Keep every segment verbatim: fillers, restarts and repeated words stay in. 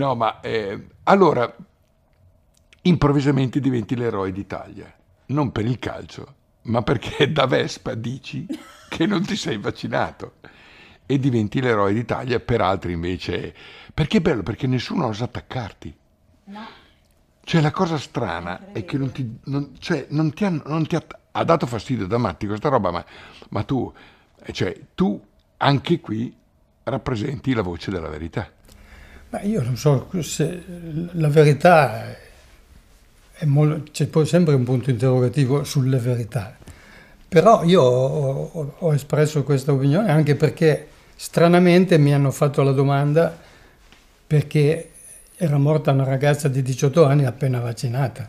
No, ma eh, allora improvvisamente diventi l'eroe d'Italia, non per il calcio, ma perché da Vespa dici che non ti sei vaccinato e diventi l'eroe d'Italia per altri invece. Perché è bello, perché nessuno osa attaccarti. No. Cioè la cosa strana è che non ti, non, cioè, non ti, ha, non ti ha, ha dato fastidio da matti questa roba, ma, ma tu, cioè, tu anche qui rappresenti la voce della verità. Ma io non so se la verità è molto, c'è poi sempre un punto interrogativo sulle verità, però io ho, ho, ho espresso questa opinione anche perché stranamente mi hanno fatto la domanda perché era morta una ragazza di diciotto anni appena vaccinata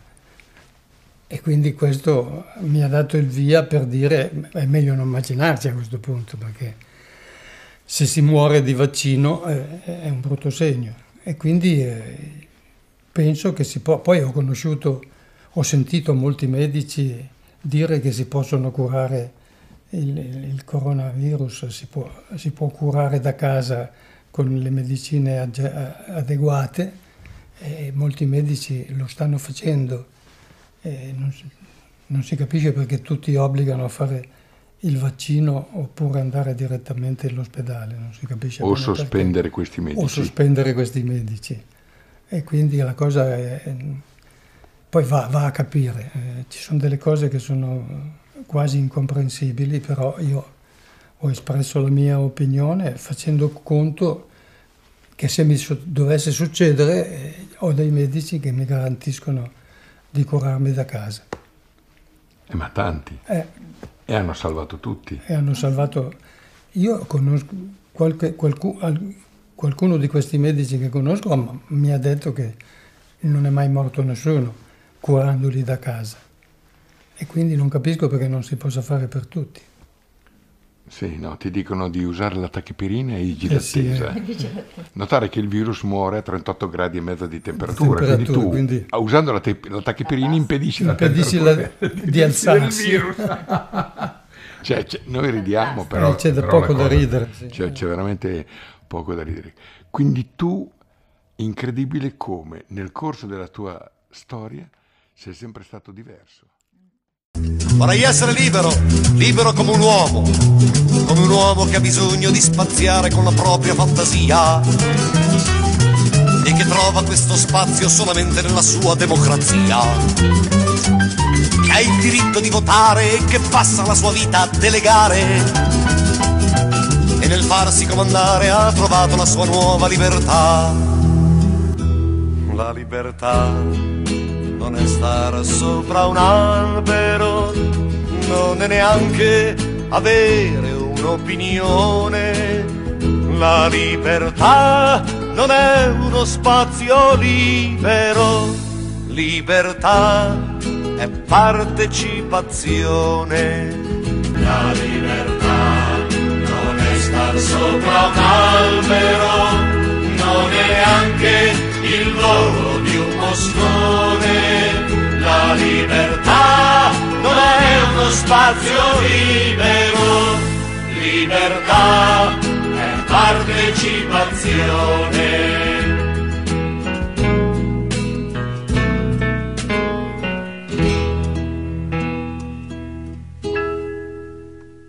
e quindi questo mi ha dato il via per dire è meglio non vaccinarsi a questo punto perché se si muore di vaccino eh, è un brutto segno e quindi eh, penso che si può. Poi ho conosciuto, ho sentito molti medici dire che si possono curare il, il coronavirus, si può, si può curare da casa con le medicine adeguate e molti medici lo stanno facendo e non, non si capisce perché tutti obbligano a fare il vaccino oppure andare direttamente all'ospedale, non si capisce. O sospendere questi medici. O sospendere questi medici. E quindi la cosa è, è, poi va, va a capire. Eh, ci sono delle cose che sono quasi incomprensibili, però io ho espresso la mia opinione facendo conto che se mi su- dovesse succedere eh, ho dei medici che mi garantiscono di curarmi da casa. Eh, ma tanti. Eh, E hanno salvato tutti. E hanno salvato. Io conosco qualche, qualcuno, qualcuno di questi medici che conosco mi ha detto che non è mai morto nessuno curandoli da casa. E quindi non capisco perché non si possa fare per tutti. Sì, no, ti dicono di usare la tachipirina e i Eh sì, d'attesa. eh. Notare che il virus muore a trentotto gradi e mezzo di temperatura, Temperatura, quindi tu, quindi- usando la, te- la tachipirina, impedisci, Impedisci la la- temperatura di alzarsi. del virus. Cioè, c'è- noi ridiamo, però... Eh, c'è da però poco la da cosa- ridere, sì. C'è, c'è veramente poco da ridere. Quindi tu, incredibile come nel corso della tua storia sei sempre stato diverso. Vorrei essere libero, libero come un uomo, come un uomo che ha bisogno di spaziare con la propria fantasia e che trova questo spazio solamente nella sua democrazia, che ha il diritto di votare e che passa la sua vita a delegare e nel farsi comandare ha trovato la sua nuova libertà. La libertà non è stare sopra un albero, non è neanche avere un'opinione. La libertà non è uno spazio libero, libertà è partecipazione. La libertà non è star sopra un albero, non è neanche il volo di un moscone. La libertà non è uno spazio libero, libertà è partecipazione.